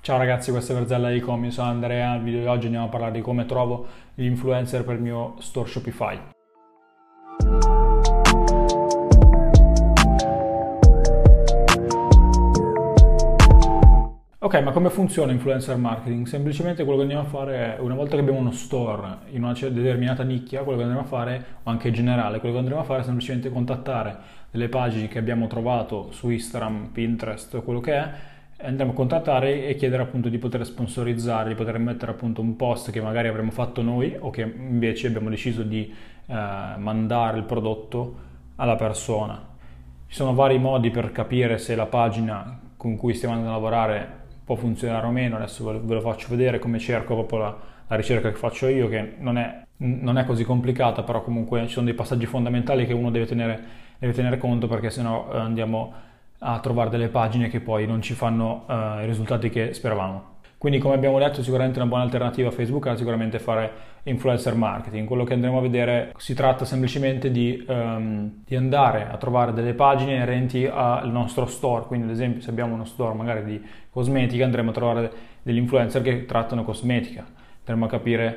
Ciao ragazzi, questa è Verzella Ecom, io sono Andrea. Nel video di oggi andiamo a parlare di come trovo gli influencer per il mio store Shopify. Ok, ma come funziona influencer marketing? Semplicemente quello che andiamo a fare è, una volta che abbiamo uno store in una determinata nicchia, quello che andremo a fare, o anche in generale, quello che andremo a fare è semplicemente contattare delle pagine che abbiamo trovato su Instagram, Pinterest, quello che è, e andremo a contattare e chiedere appunto di poter sponsorizzare, di poter mettere appunto un post che magari avremmo fatto noi o che invece abbiamo deciso di mandare il prodotto alla persona. Ci sono vari modi per capire se la pagina con cui stiamo andando a lavorare può funzionare o meno. Adesso ve lo faccio vedere come cerco proprio la ricerca che faccio io, che non è così complicata, però comunque ci sono dei passaggi fondamentali che uno deve tenere conto, perché sennò andiamo a trovare delle pagine che poi non ci fanno i risultati che speravamo. Quindi, come abbiamo detto, sicuramente una buona alternativa a Facebook è sicuramente fare influencer marketing. Quello che andremo a vedere, si tratta semplicemente di andare a trovare delle pagine inerenti al nostro store. Quindi, ad esempio, se abbiamo uno store magari di cosmetica, andremo a trovare degli influencer che trattano cosmetica. Andremo a capire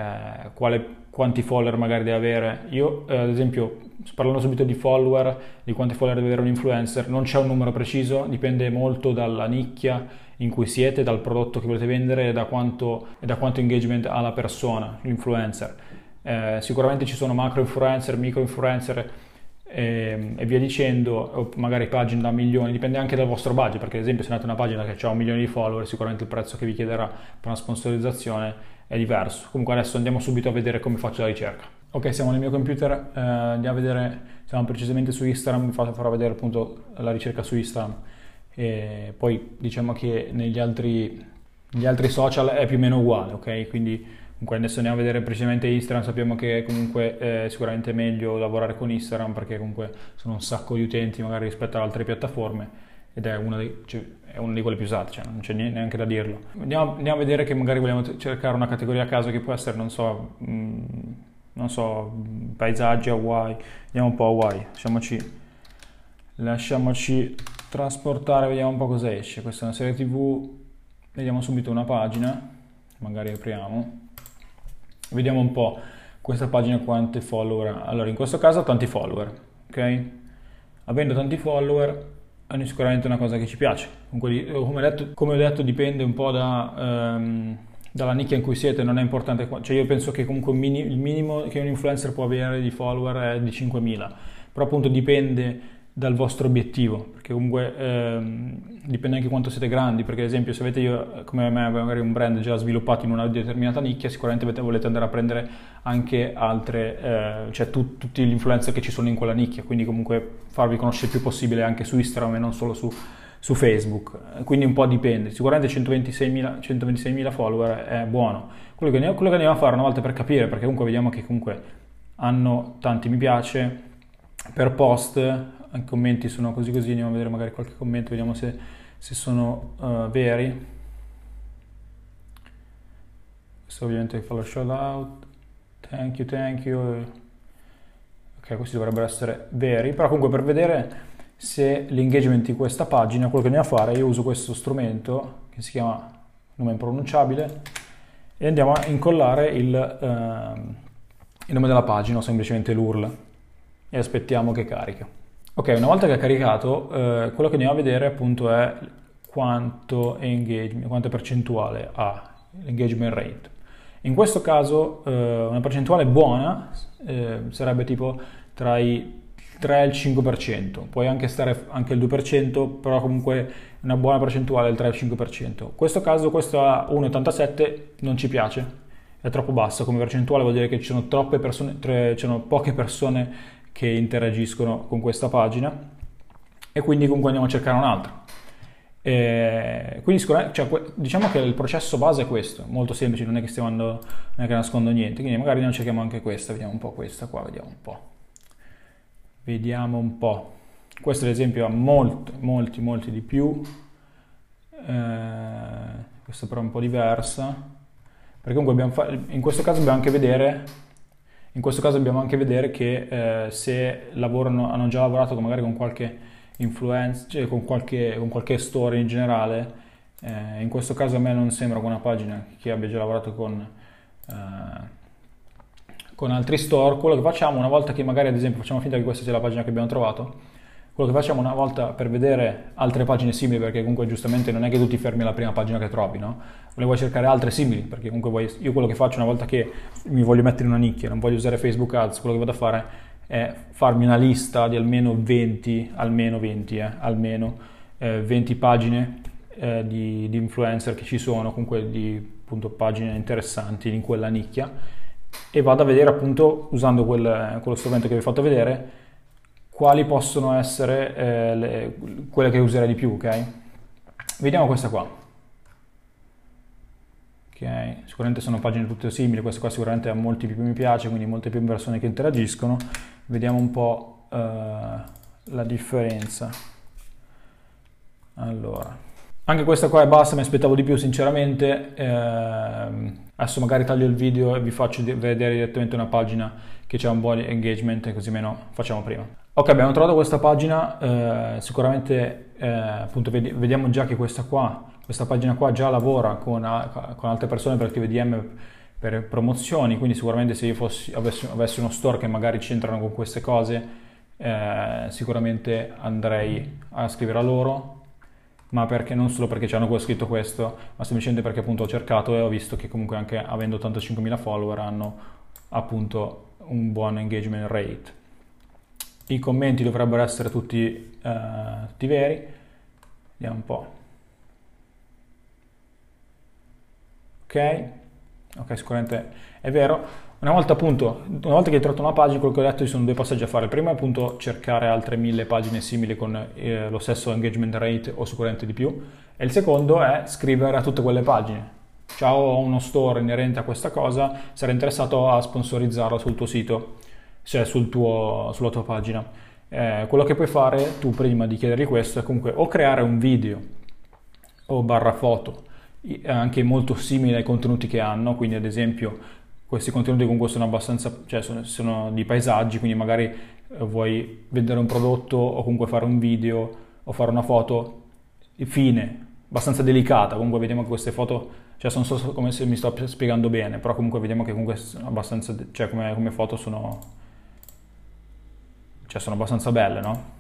quanti follower magari deve avere. Io, ad esempio, parlando subito di follower, di quanti follower deve avere un influencer, non c'è un numero preciso, dipende molto dalla nicchia in cui siete, dal prodotto che volete vendere e da quanto engagement ha la persona, l'influencer. Sicuramente ci sono macro influencer, micro influencer e via dicendo, o magari pagine da milioni, dipende anche dal vostro budget, perché ad esempio se avete una pagina che ha 1 milione di follower, sicuramente il prezzo che vi chiederà per una sponsorizzazione è diverso. Comunque adesso andiamo subito a vedere come faccio la ricerca. Ok, siamo nel mio computer, andiamo a vedere, siamo precisamente su Instagram, vi farò vedere appunto la ricerca su Instagram. E poi diciamo che negli altri social è più o meno uguale, ok? Quindi comunque adesso andiamo a vedere precisamente Instagram. Sappiamo che comunque è sicuramente meglio lavorare con Instagram, perché comunque sono un sacco di utenti magari rispetto ad altre piattaforme, ed è una di quelle più usate, cioè non c'è neanche da dirlo. Andiamo a vedere che magari vogliamo cercare una categoria a caso che può essere, non so, paesaggi, Hawaii. Andiamo un po' a Hawaii, lasciamoci trasportare, vediamo un po' cosa esce. Questa è una serie TV, vediamo subito una pagina, magari apriamo, vediamo un po' questa pagina quanti follower ha. Allora, in questo caso ha tanti follower, ok? Avendo tanti follower è sicuramente una cosa che ci piace. Comunque, come ho detto, dipende un po' dalla nicchia in cui siete, non è importante, cioè io penso che comunque il minimo che un influencer può avere di follower è di 5.000, però appunto dipende dal vostro obiettivo, perché comunque dipende anche quanto siete grandi, perché ad esempio se avete, come me, magari un brand già sviluppato in una determinata nicchia, sicuramente volete andare a prendere anche altre, cioè tutti gli influencer che ci sono in quella nicchia, quindi comunque farvi conoscere il più possibile anche su Instagram e non solo su Facebook, quindi un po' dipende. Sicuramente 126.000 follower è buono. Quello che andiamo a fare una volta per capire, perché comunque vediamo che comunque hanno tanti mi piace per post, anche commenti sono così, andiamo a vedere magari qualche commento, vediamo se sono veri. Questo ovviamente fa lo shout out, thank you. Ok, questi dovrebbero essere veri, però comunque per vedere se l'engagement di questa pagina, quello che andiamo a fare, io uso questo strumento che si chiama nome impronunciabile e andiamo a incollare il nome della pagina o semplicemente l'URL e aspettiamo che carica. Ok, una volta che ha caricato, quello che andiamo a vedere appunto è quanto percentuale ha l'engagement rate. In questo caso una percentuale buona sarebbe tipo tra i 3 e il 5%, puoi anche stare anche il 2%, però comunque una buona percentuale è il 3 e il 5%. In questo caso questo a 1,87 non ci piace, è troppo basso come percentuale, vuol dire che ci sono troppe persone, ci sono poche persone che interagiscono con questa pagina e quindi comunque andiamo a cercare un altro. Quindi diciamo che il processo base è questo, molto semplice, non è che nascondo niente, quindi magari noi cerchiamo anche questa, vediamo un po' questa qua, vediamo un po'. Questo ad esempio ha molti di più, questa però è un po' diversa, perché comunque in questo caso dobbiamo anche vedere che se hanno già lavorato magari con qualche influencer, cioè con qualche store in generale, In questo caso a me non sembra una pagina che abbia già lavorato con altri store. Quello che facciamo una volta che magari ad esempio facciamo finta che questa sia la pagina che abbiamo trovato, quello che facciamo una volta per vedere altre pagine simili, perché comunque giustamente non è che tu ti fermi alla prima pagina che trovi, no? Vuoi cercare altre simili, perché comunque io quello che faccio una volta che mi voglio mettere in una nicchia, non voglio usare Facebook Ads, quello che vado a fare è farmi una lista di almeno 20 pagine di influencer che ci sono, comunque di appunto pagine interessanti in quella nicchia, e vado a vedere appunto usando quello strumento che vi ho fatto vedere quali possono essere quelle che userei di più, ok? Vediamo questa qua. Ok, sicuramente sono pagine tutte simili, questa qua sicuramente ha molti più mi piace, quindi molte più persone che interagiscono. Vediamo un po' la differenza. Allora, anche questa qua è bassa, mi aspettavo di più sinceramente. Adesso magari taglio il video e vi faccio vedere direttamente una pagina che c'è un buon engagement, così meno facciamo prima. Ok, abbiamo trovato questa pagina, sicuramente appunto vediamo già che questa pagina qua già lavora con altre persone per scrivere DM per promozioni, quindi sicuramente se io avessi uno store che magari c'entrano con queste cose, sicuramente andrei a scrivere a loro, ma perché non solo perché ci hanno scritto questo, ma semplicemente perché appunto ho cercato e ho visto che comunque anche avendo 85.000 follower hanno appunto un buon engagement rate. I commenti dovrebbero essere tutti veri. Vediamo un po'. Ok, sicuramente è vero. Una volta che hai trovato una pagina, quello che ho detto, ci sono due passaggi a fare. Il primo è appunto cercare altre 1000 pagine simili con lo stesso engagement rate o sicuramente di più, e il secondo è scrivere a tutte quelle pagine. Ciao, ho uno store inerente a questa cosa, sarei interessato a sponsorizzarlo sul tuo sito, cioè sulla tua pagina. Quello che puoi fare tu prima di chiedergli questo è comunque o creare un video o barra foto anche molto simile ai contenuti che hanno, quindi ad esempio questi contenuti comunque sono abbastanza, cioè sono di paesaggi, quindi magari vuoi vendere un prodotto o comunque fare un video o fare una foto fine, abbastanza delicata. Comunque vediamo che queste foto, cioè non so come se mi sto spiegando bene, però comunque vediamo che comunque sono abbastanza, cioè come foto sono abbastanza belle, no?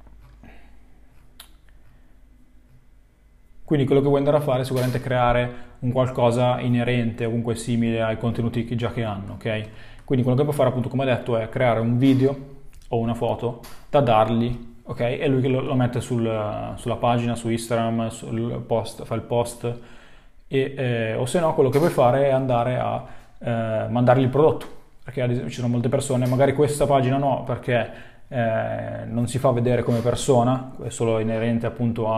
Quindi quello che vuoi andare a fare è sicuramente creare un qualcosa inerente o comunque simile ai contenuti che hanno, ok? Quindi quello che puoi fare appunto, come detto, è creare un video o una foto da dargli, ok? E lui che lo mette sulla pagina, su Instagram, fa il post, o se no quello che puoi fare è andare a mandargli il prodotto, perché ci sono molte persone, magari questa pagina no, perché non si fa vedere come persona, è solo inerente appunto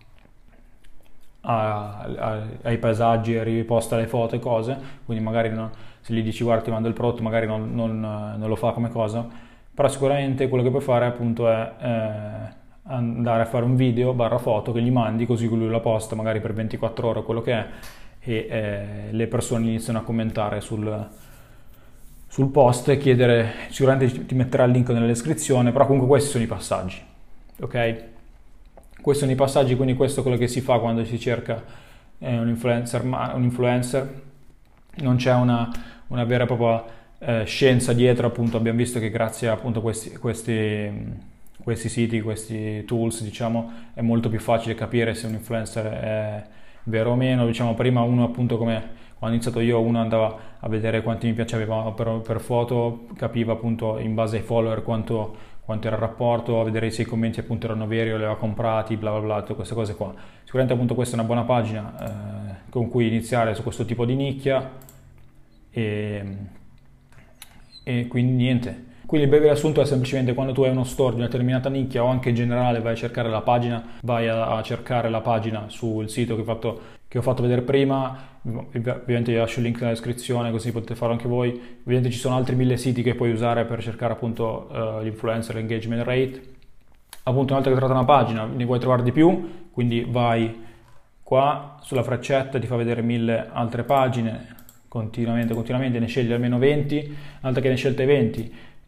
ai paesaggi, riposta le foto e cose, quindi magari se gli dici guarda ti mando il prodotto magari non lo fa come cosa, però sicuramente quello che puoi fare appunto è andare a fare un video barra foto che gli mandi, così lui la posta magari per 24 ore quello che è, e le persone iniziano a commentare sul post e chiedere, sicuramente ti metterà il link nella descrizione, però comunque questi sono i passaggi, ok? Questi sono i passaggi, quindi questo è quello che si fa quando si cerca un influencer. Non c'è una vera e propria scienza dietro, appunto abbiamo visto che grazie appunto a questi siti, questi tools, diciamo, è molto più facile capire se un influencer è vero o meno. Diciamo prima uno appunto, come quando ho iniziato io, uno andava a vedere quanti mi piace aveva per foto, capiva appunto in base ai follower quanto era il rapporto, a vedere se i commenti appunto erano veri o li aveva comprati, bla bla bla, tutte queste cose qua. Sicuramente appunto questa è una buona pagina con cui iniziare su questo tipo di nicchia, e quindi niente. Quindi il breve riassunto è semplicemente: quando tu hai uno store di una determinata nicchia o anche in generale vai a cercare la pagina, vai a cercare la pagina sul sito che ho fatto vedere prima. Ovviamente vi lascio il link nella descrizione così potete farlo anche voi. Ovviamente ci sono altri 1000 siti che puoi usare per cercare appunto l'influencer, l'engagement rate. Appunto, una volta che hai trovato una pagina ne vuoi trovare di più, quindi vai qua sulla freccetta, ti fa vedere 1000 altre pagine continuamente, ne scegli almeno 20. Una volta che ne hai scelte 20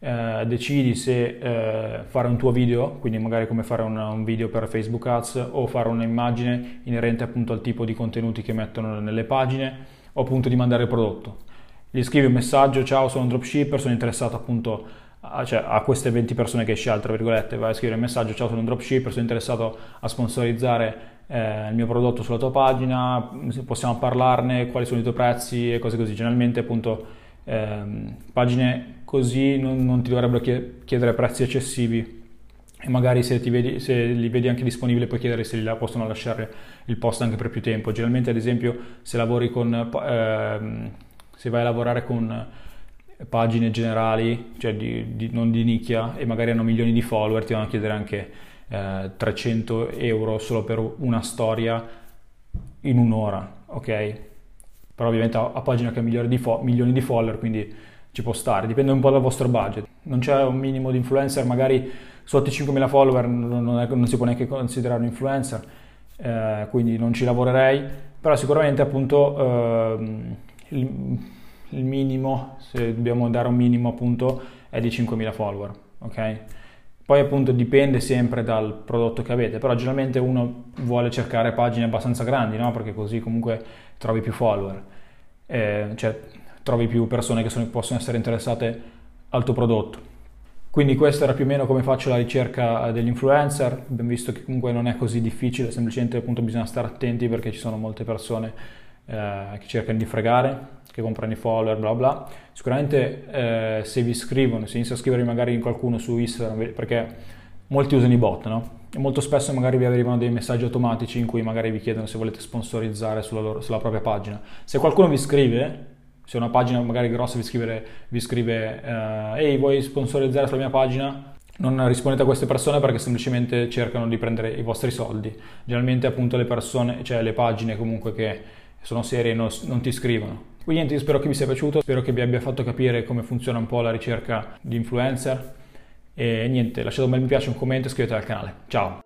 decidi se fare un tuo video, quindi magari come fare un video per Facebook Ads, o fare un'immagine inerente appunto al tipo di contenuti che mettono nelle pagine, o appunto di mandare il prodotto. Gli scrivi un messaggio: ciao, sono un dropshipper, sono interessato appunto a queste 20 persone che hai scelto, tra virgolette, vai a scrivere un messaggio: ciao, sono un dropshipper, sono interessato a sponsorizzare il mio prodotto sulla tua pagina, possiamo parlarne, quali sono i tuoi prezzi e cose così. Generalmente appunto pagine così non ti dovrebbero chiedere prezzi eccessivi, e magari se li vedi anche disponibili puoi chiedere se li possono lasciare il post anche per più tempo. Generalmente, ad esempio, se lavori se vai a lavorare con pagine generali, cioè non di nicchia, e magari hanno milioni di follower, ti vanno a chiedere anche 300 euro solo per una storia in un'ora, ok? Però ovviamente a pagina che ha milioni di follower, quindi ci può stare, dipende un po' dal vostro budget. Non c'è un minimo di influencer, magari sotto i 5.000 follower non si può neanche considerare un influencer, quindi non ci lavorerei, però sicuramente appunto il minimo, se dobbiamo dare un minimo appunto, è di 5.000 follower, ok? Poi appunto dipende sempre dal prodotto che avete, però generalmente uno vuole cercare pagine abbastanza grandi, no? Perché così comunque trovi più follower, cioè trovi più persone che possono essere interessate al tuo prodotto. Quindi questo era più o meno come faccio la ricerca degli influencer. Abbiamo visto che comunque non è così difficile, semplicemente appunto bisogna stare attenti, perché ci sono molte persone che cercano di fregare, che comprano i follower, bla bla. Sicuramente se vi scrivono, se inizia a scrivervi magari qualcuno su Instagram, perché molti usano i bot, no? E molto spesso magari vi arrivano dei messaggi automatici in cui magari vi chiedono se volete sponsorizzare sulla propria pagina. Se qualcuno vi scrive, se una pagina magari grossa vi scrive ehi, vuoi sponsorizzare sulla mia pagina? Non rispondete a queste persone, perché semplicemente cercano di prendere i vostri soldi. Generalmente appunto le persone, cioè le pagine comunque che sono serie, non ti scrivono. Quindi niente, io spero che vi sia piaciuto, spero che vi abbia fatto capire come funziona un po' la ricerca di influencer, e niente, lasciate un bel mi piace, un commento e iscrivetevi al canale. Ciao!